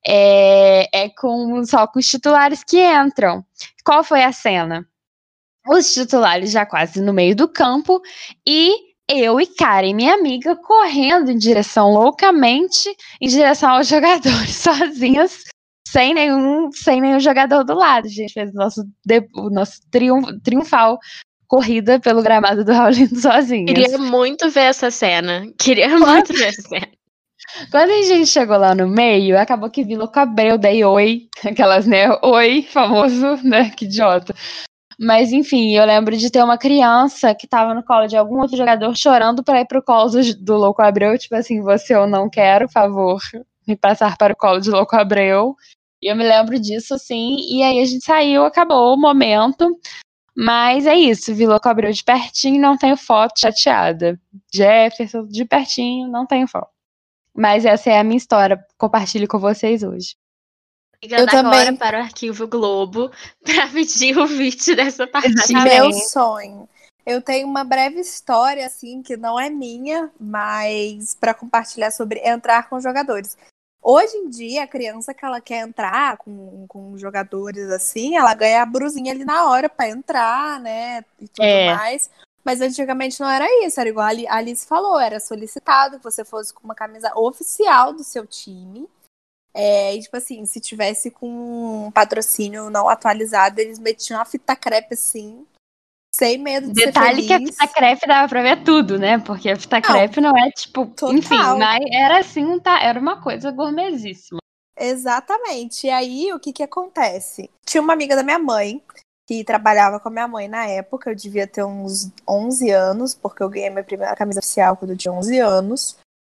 S1: só com os titulares que entram. Qual foi a cena? Os titulares já quase no meio do campo e eu e Karen, minha amiga, correndo loucamente em direção aos jogadores, sozinhas, sem nenhum jogador do lado. A gente fez o nosso triunfal corrida pelo gramado do Raulino sozinhas.
S2: Queria muito ver essa cena. Muito ver essa cena.
S1: Quando a gente chegou lá no meio, acabou que vi Louco Abreu, dei oi, aquelas, né, oi, famoso, né, que idiota. Mas, enfim, eu lembro de ter uma criança que tava no colo de algum outro jogador chorando pra ir pro colo do Louco Abreu, tipo assim, você eu não quero, favor, me passar para o colo de Louco Abreu. E eu me lembro disso, assim, e aí a gente saiu, acabou o momento, mas é isso, vi Louco Abreu de pertinho, não tenho foto, chateada. Jefferson, de pertinho, não tenho foto. Mas essa é a minha história, compartilho com vocês hoje.
S2: Ligando agora para o Arquivo Globo para pedir o vídeo dessa partida.
S3: Meu sonho. Eu tenho uma breve história, assim, que não é minha, mas para compartilhar sobre entrar com jogadores. Hoje em dia, a criança que ela quer entrar com jogadores assim, ela ganha a brusinha ali na hora para entrar, né? E tudo mais. Mas antigamente não era isso, era igual a Alice falou, era solicitado que você fosse com uma camisa oficial do seu time. E tipo assim, se tivesse com um patrocínio não atualizado, eles metiam a fita crepe assim, sem medo de
S1: Detalhe
S3: ser feliz.
S1: que a fita crepe dava pra ver tudo, né? Porque a fita crepe não é tipo,
S3: total.
S1: Enfim, mas era assim, era uma coisa gourmetíssima.
S3: Exatamente. E aí, o que acontece? Tinha uma amiga da minha mãe que trabalhava com a minha mãe na época, eu devia ter uns 11 anos, porque eu ganhei minha primeira camisa oficial quando eu tinha 11 anos.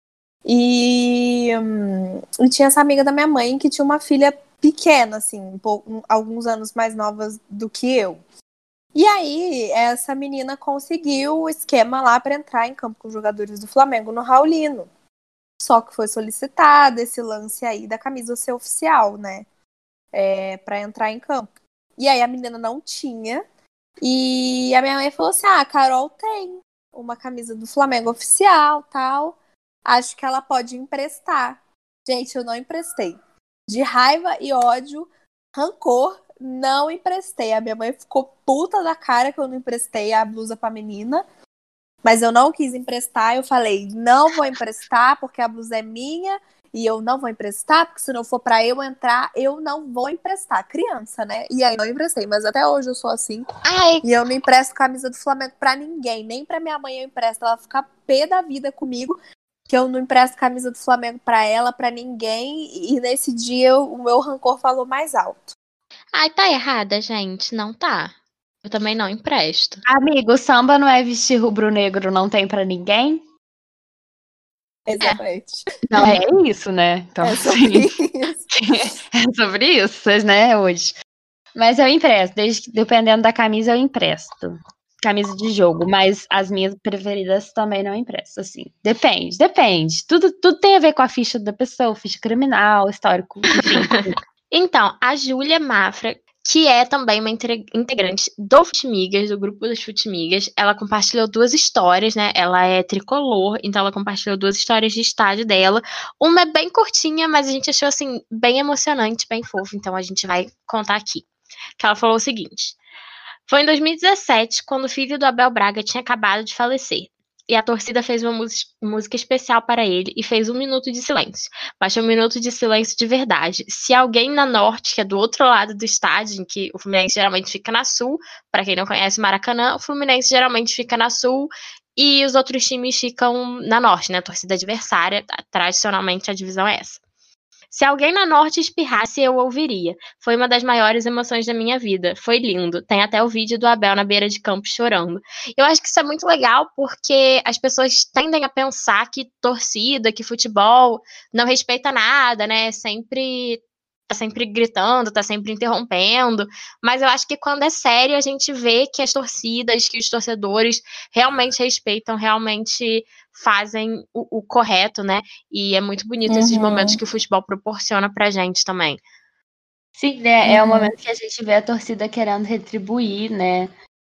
S3: E tinha essa amiga da minha mãe que tinha uma filha pequena, assim, alguns anos mais nova do que eu. E aí, essa menina conseguiu o esquema lá para entrar em campo com os jogadores do Flamengo no Raulino. Só que foi solicitado esse lance aí da camisa ser oficial, né? Para entrar em campo. E aí a menina não tinha. E a minha mãe falou assim: a Carol tem uma camisa do Flamengo oficial, tal. Acho que ela pode emprestar. Gente, eu não emprestei. De raiva e ódio, rancor, não emprestei. A minha mãe ficou puta da cara que eu não emprestei a blusa pra menina. Mas eu não quis emprestar. Eu falei, não vou emprestar porque a blusa é minha. E eu não vou emprestar, porque se não for pra eu entrar, eu não vou emprestar. Criança, né? E aí eu emprestei, mas até hoje eu sou assim. E eu não empresto camisa do Flamengo pra ninguém. Nem pra minha mãe eu empresto. Ela fica pé da vida comigo que eu não empresto camisa do Flamengo pra ela, pra ninguém. E nesse dia o meu rancor falou mais alto.
S2: Ai, tá errada, gente. Não tá. Eu também não empresto.
S1: Amigo, samba não é vestir rubro-negro, não tem pra ninguém?
S3: Exatamente.
S1: Não é isso, né? Então,
S3: é sobre isso.
S1: É sobre isso, né, hoje. Mas eu empresto, dependendo da camisa eu empresto. Camisa de jogo, mas as minhas preferidas também não empresto, assim. Depende. Tudo tem a ver com a ficha da pessoa, ficha criminal, histórico, enfim.
S2: Então, a Júlia Mafra, que é também uma integrante do Futimigas, do grupo das Futimigas, ela compartilhou 2 histórias, né? Ela é tricolor, então ela compartilhou 2 histórias de estádio dela. Uma é bem curtinha, mas a gente achou, assim, bem emocionante, bem fofo, então a gente vai contar aqui. Que ela falou o seguinte: foi em 2017, quando o filho do Abel Braga tinha acabado de falecer. e a torcida fez uma música especial para ele e fez 1 minuto de silêncio. Mas foi 1 minuto de silêncio de verdade. Se alguém na Norte, que é do outro lado do estádio, em que o Fluminense geralmente fica na Sul, para quem não conhece Maracanã, o Fluminense geralmente fica na Sul e os outros times ficam na Norte, né? A torcida adversária, tradicionalmente a divisão é essa. Se alguém na Norte espirrasse, eu ouviria. Foi uma das maiores emoções da minha vida. Foi lindo. Tem até o vídeo do Abel na beira de campo chorando. Eu acho que isso é muito legal porque as pessoas tendem a pensar que torcida, que futebol não respeita nada, né? Tá sempre gritando, tá sempre interrompendo. Mas eu acho que quando é sério, a gente vê que as torcidas, que os torcedores realmente respeitam, realmente fazem o correto, né? E é muito bonito esses momentos que o futebol proporciona pra gente também.
S1: Sim, né? É o momento que a gente vê a torcida querendo retribuir, né?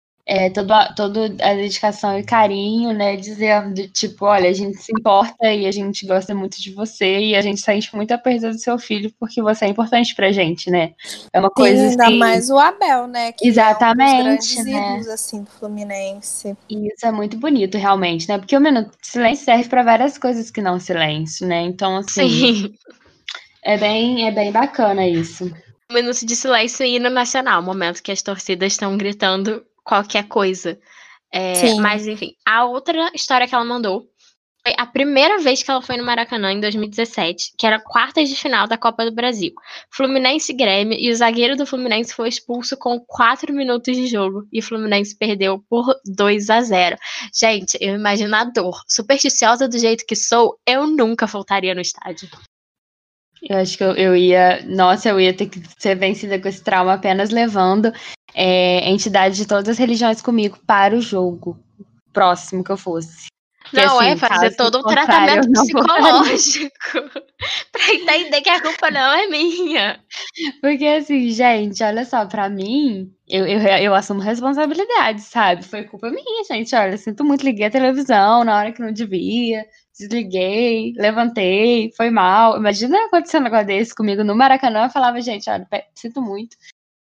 S1: Toda a dedicação e carinho, né? Dizendo, tipo, olha, a gente se importa e a gente gosta muito de você e a gente sente muito a perda do seu filho porque você é importante pra gente, né? É uma coisa
S3: ainda
S1: assim...
S3: mais o Abel, né? Que
S1: exatamente,
S3: é um dos grandes
S1: né?
S3: ídolos, assim, do Fluminense.
S1: E isso é muito bonito, realmente, né? Porque o minuto de silêncio serve pra várias coisas que não silêncio, né? Então, assim...
S2: Sim.
S1: É bem bacana isso.
S2: 1 minuto de silêncio e hino nacional, momento que as torcidas estão gritando qualquer coisa. Mas, enfim, a outra história que ela mandou foi a primeira vez que ela foi no Maracanã, em 2017, que era quartas de final da Copa do Brasil. Fluminense e Grêmio, e o zagueiro do Fluminense foi expulso com 4 minutos de jogo, e o Fluminense perdeu por 2-0. Gente, eu imagino a dor. Supersticiosa do jeito que sou, eu nunca voltaria no estádio.
S1: Eu acho que eu ia... Nossa, eu ia ter que ser vencida com esse trauma apenas levando entidade de todas as religiões comigo para o jogo próximo que eu fosse.
S2: Não, assim, fazer todo um tratamento psicológico pra entender que a culpa não é minha.
S1: Porque assim, gente, olha só, pra mim, eu assumo responsabilidade, sabe? Foi culpa minha, gente. Olha, sinto muito, liguei a televisão na hora que não devia, desliguei, levantei, foi mal. Imagina acontecer um negócio desse comigo no Maracanã, eu falava, gente, olha, sinto muito.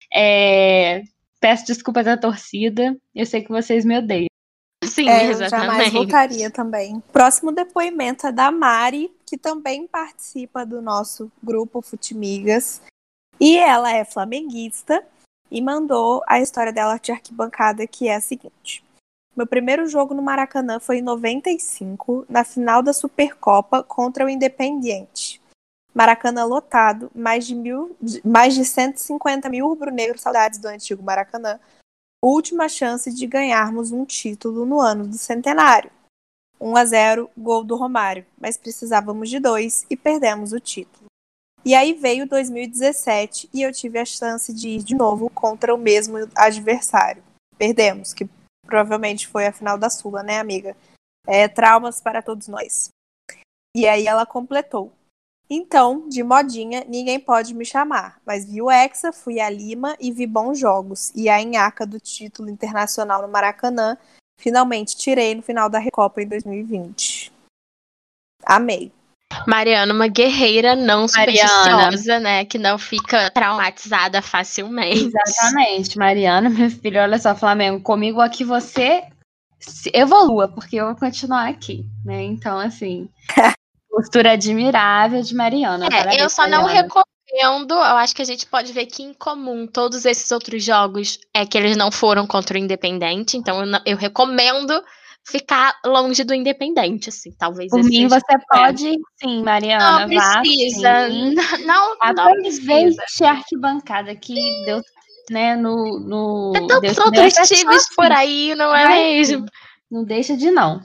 S1: Peço desculpas à torcida, eu sei que vocês me odeiam.
S2: Sim,
S3: eu jamais voltaria também. Próximo depoimento é da Mari, que também participa do nosso grupo Futimigas. E ela é flamenguista e mandou a história dela de arquibancada, que é a seguinte. Meu primeiro jogo no Maracanã foi em 95, na final da Supercopa contra o Independiente. Maracanã lotado, mais de 150 mil rubro-negros, saudades do antigo Maracanã. Última chance de ganharmos um título no ano do centenário. 1-0, gol do Romário, mas precisávamos de 2 e perdemos o título. E aí veio 2017 e eu tive a chance de ir de novo contra o mesmo adversário. Perdemos, que provavelmente foi a final da Sula, né, amiga? Traumas para todos nós. E aí ela completou. Então, de modinha, ninguém pode me chamar, mas vi o Hexa, fui a Lima e vi bons jogos. E a nhaca do título internacional no Maracanã, finalmente tirei no final da Recopa em 2020. Amei.
S2: Mariana, uma guerreira não supersticiosa, né? Que não fica traumatizada facilmente.
S1: Exatamente, Mariana, minha filha, olha só, Flamengo, comigo aqui você evolua, porque eu vou continuar aqui, né? Então, assim, postura admirável de Mariana. Parabéns,
S2: eu só
S1: Mariana.
S2: não recomendo, eu acho que a gente pode ver que em comum todos esses outros jogos é que eles não foram contra o Independente, então eu recomendo ficar longe do Independente, assim, talvez.
S1: Por mim, você pode, sim, Mariana.
S2: Não precisa. Não
S1: aproveite a arquibancada que Deus, né,
S2: Tem tantos outros times por aí, não é mesmo?
S1: Não deixa de não.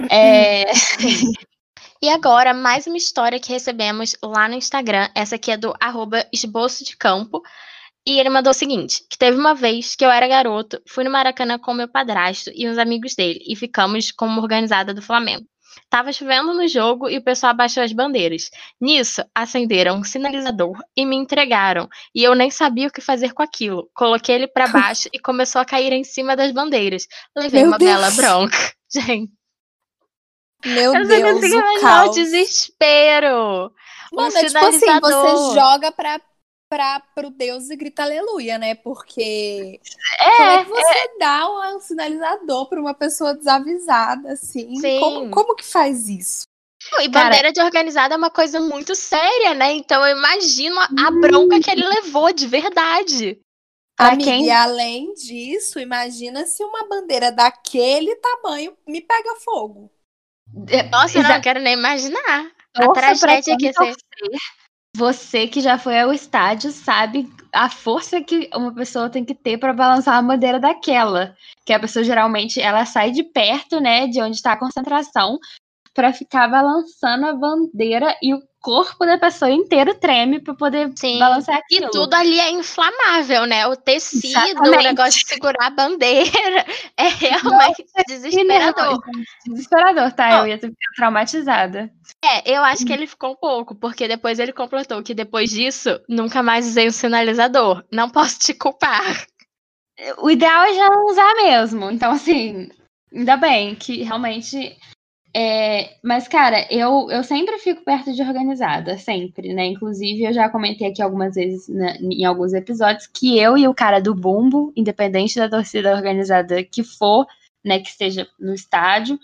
S2: E agora, mais uma história que recebemos lá no Instagram. Essa aqui é do @esboço de campo. E ele mandou o seguinte, que teve uma vez que eu era garoto, fui no Maracanã com meu padrasto e uns amigos dele, e ficamos como organizada do Flamengo. Tava chovendo no jogo e o pessoal abaixou as bandeiras. Nisso, acenderam um sinalizador e me entregaram. E eu nem sabia o que fazer com aquilo. Coloquei ele pra baixo e começou a cair em cima das bandeiras. Levei uma bela bronca. Gente.
S3: Meu Deus, o
S2: caos. O desespero.
S3: Mano, tipo assim, você joga pra pro Deus e grita aleluia, né? Porque como é que você dá um sinalizador para uma pessoa desavisada, assim?
S2: Sim.
S3: Como que faz isso?
S2: E bandeira de organizada é uma coisa muito séria, né? Então eu imagino a bronca que ele levou, de verdade.
S3: Amiga, e além disso, imagina se uma bandeira daquele tamanho me pega fogo.
S2: Nossa, eu não quero nem imaginar. A tragédia que ia ser.
S1: Você que já foi ao estádio sabe a força que uma pessoa tem que ter para balançar uma bandeira daquela. Que a pessoa geralmente ela sai de perto, né, de onde está a concentração, para ficar balançando a bandeira e o corpo da pessoa inteiro treme para poder balançar aquilo.
S2: E tudo ali é inflamável, né? O tecido, o negócio de segurar a bandeira é realmente desesperador.
S1: Desesperador, tá? Eu ia ficar traumatizada.
S2: Eu acho que ele ficou um pouco, porque depois ele completou que depois disso, nunca mais usei um sinalizador. Não posso te culpar.
S1: O ideal é já não usar mesmo. Então, assim, ainda bem que realmente... Mas, cara, eu sempre fico perto de organizada, sempre, né? Inclusive, eu já comentei aqui algumas vezes, né, em alguns episódios, que eu e o cara do bumbo, independente da torcida organizada que for, né, que esteja no estádio,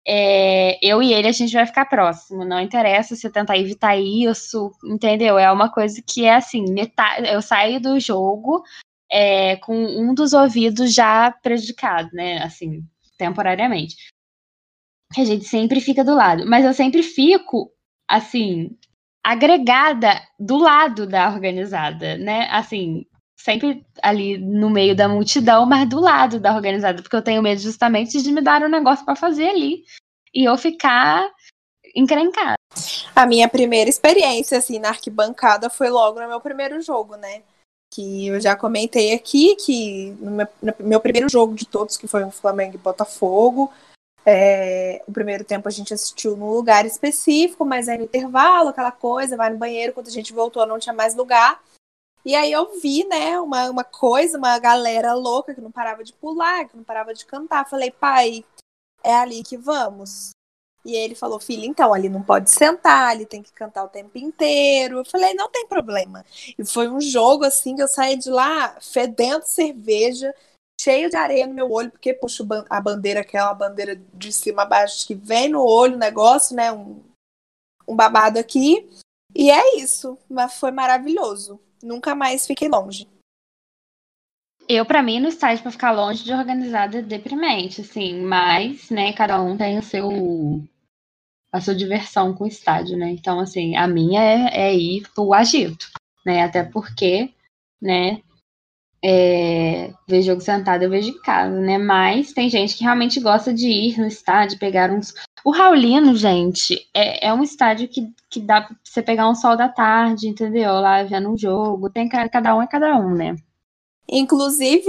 S1: eu e ele, a gente vai ficar próximo. Não interessa se eu tentar evitar isso, entendeu? É uma coisa que é assim, eu saio do jogo com um dos ouvidos já prejudicado, né? Assim, temporariamente. A gente sempre fica do lado. Mas eu sempre fico, assim, agregada do lado da organizada, né? Assim, sempre ali no meio da multidão, mas do lado da organizada, porque eu tenho medo justamente de me dar um negócio para fazer ali e eu ficar encrencada.
S3: A minha primeira experiência, assim, na arquibancada foi logo no meu primeiro jogo, né? Que eu já comentei aqui que no meu primeiro jogo de todos, que foi o Flamengo e Botafogo, o primeiro tempo a gente assistiu num lugar específico, mas aí no intervalo, aquela coisa, vai no banheiro, quando a gente voltou não tinha mais lugar. E aí eu vi, né, uma galera louca que não parava de pular, que não parava de cantar. Falei, pai, é ali que vamos. E ele falou, filha, então, ali não pode sentar, ali tem que cantar o tempo inteiro. Eu falei, não tem problema. E foi um jogo, assim, que eu saí de lá fedendo cerveja, cheio de areia no meu olho, porque puxo a bandeira, aquela bandeira de cima a baixo, que vem no olho o negócio, né, um babado aqui. E é isso, mas foi maravilhoso. Nunca mais fiquei longe.
S1: Pra mim, no estádio, pra ficar longe de organizada é deprimente, assim, mas, né, cada um tem a sua diversão com o estádio, né? Então, assim, a minha é ir pro agito, né? Até porque, né, ver jogo sentado eu vejo em casa, né? Mas tem gente que realmente gosta de ir no estádio, pegar uns... O Raulino, gente, é um estádio que dá pra você pegar um sol da tarde, entendeu? Lá vendo um jogo. Tem cada um é cada um, né?
S3: Inclusive,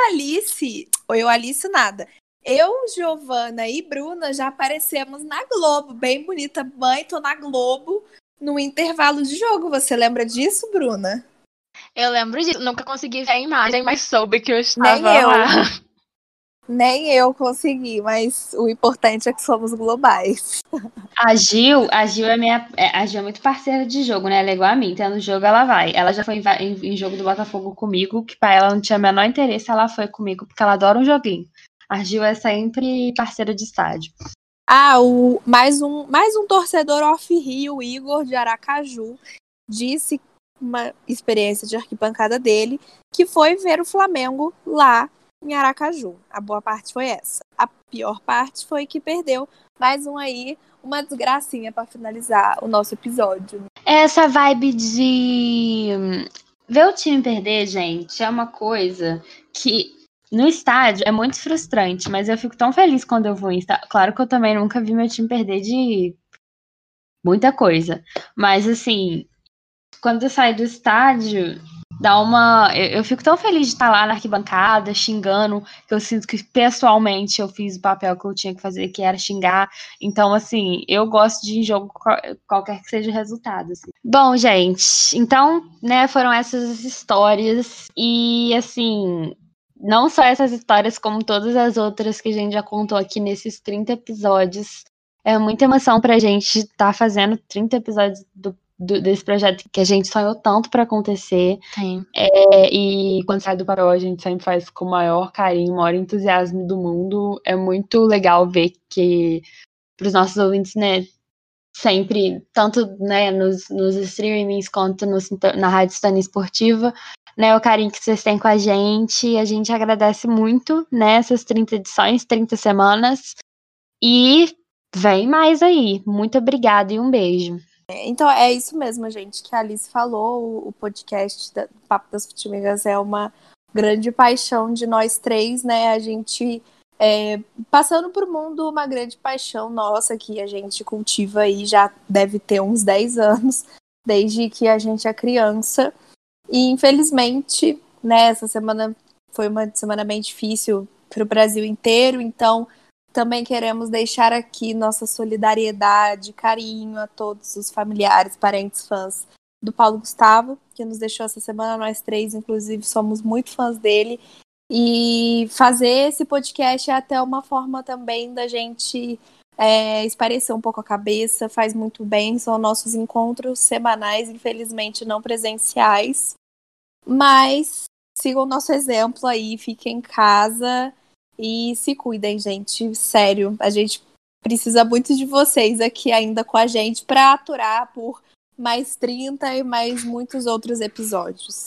S3: Alice nada. Eu, Giovana e Bruna já aparecemos na Globo, bem bonita. Mãe, tô na Globo no intervalo de jogo. Você lembra disso, Bruna?
S2: Eu lembro disso. Nunca consegui ver a imagem, mas soube que eu estava lá.
S3: Nem eu consegui, mas o importante é que somos globais.
S1: A Gil é muito parceira de jogo, né? Ela é igual a mim, tendo jogo ela vai. Ela já foi em jogo do Botafogo comigo, que pra ela não tinha o menor interesse, ela foi comigo, porque ela adora um joguinho. A Gil é sempre parceira de estádio.
S3: Mais um torcedor off-Rio, o Igor de Aracaju, disse uma experiência de arquibancada dele, que foi ver o Flamengo lá em Aracaju. A boa parte foi essa. A pior parte foi que perdeu. Mais uma desgracinha para finalizar o nosso episódio.
S1: Essa vibe de ver o time perder, gente, é uma coisa que no estádio é muito frustrante, mas eu fico tão feliz quando eu vou em estádio. Claro que eu também nunca vi meu time perder de muita coisa, mas assim, quando eu saio do estádio, eu fico tão feliz de estar lá na arquibancada, xingando, que eu sinto que pessoalmente eu fiz o papel que eu tinha que fazer, que era xingar. Então, assim, eu gosto de ir em jogo qualquer que seja o resultado. Assim. Bom, gente, então, né, foram essas histórias. E, assim, não só essas histórias, como todas as outras que a gente já contou aqui nesses 30 episódios. É muita emoção pra gente estar fazendo 30 episódios do desse projeto que a gente sonhou tanto para acontecer.
S2: Sim.
S1: E quando sai do papel, a gente sempre faz com o maior carinho, o maior entusiasmo do mundo. É muito legal ver que, para os nossos ouvintes, né, sempre, tanto, né, nos streamings quanto na Rádio Estânia Esportiva, né, o carinho que vocês têm com a gente agradece muito, né, essas 30 edições, 30 semanas, e vem mais aí. Muito obrigada e um beijo.
S3: Então é isso mesmo, gente, que a Alice falou. O podcast do Papo das Futimigas é uma grande paixão de nós três, né? A gente passando pro mundo, uma grande paixão nossa que a gente cultiva aí já deve ter uns 10 anos, desde que a gente é criança. E infelizmente, né, essa semana foi uma semana bem difícil para o Brasil inteiro, então também queremos deixar aqui nossa solidariedade, carinho a todos os familiares, parentes, fãs do Paulo Gustavo, que nos deixou essa semana. Nós três, inclusive, somos muito fãs dele. E fazer esse podcast é até uma forma também da gente esparecer um pouco a cabeça, faz muito bem. São nossos encontros semanais, infelizmente não presenciais. Mas sigam o nosso exemplo aí, fiquem em casa e se cuidem, gente. Sério, a gente precisa muito de vocês aqui ainda com a gente para aturar por mais 30 e mais muitos outros episódios.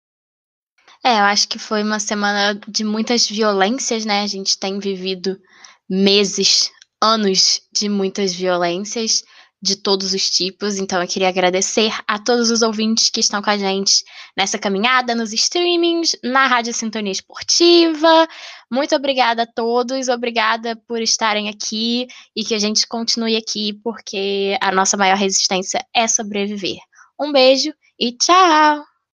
S2: Eu acho que foi uma semana de muitas violências, né? A gente tem vivido meses, anos de muitas violências de todos os tipos, então eu queria agradecer a todos os ouvintes que estão com a gente nessa caminhada, nos streamings, na Rádio Sintonia Esportiva. Muito obrigada a todos, obrigada por estarem aqui e que a gente continue aqui, porque a nossa maior resistência é sobreviver. Um beijo e tchau!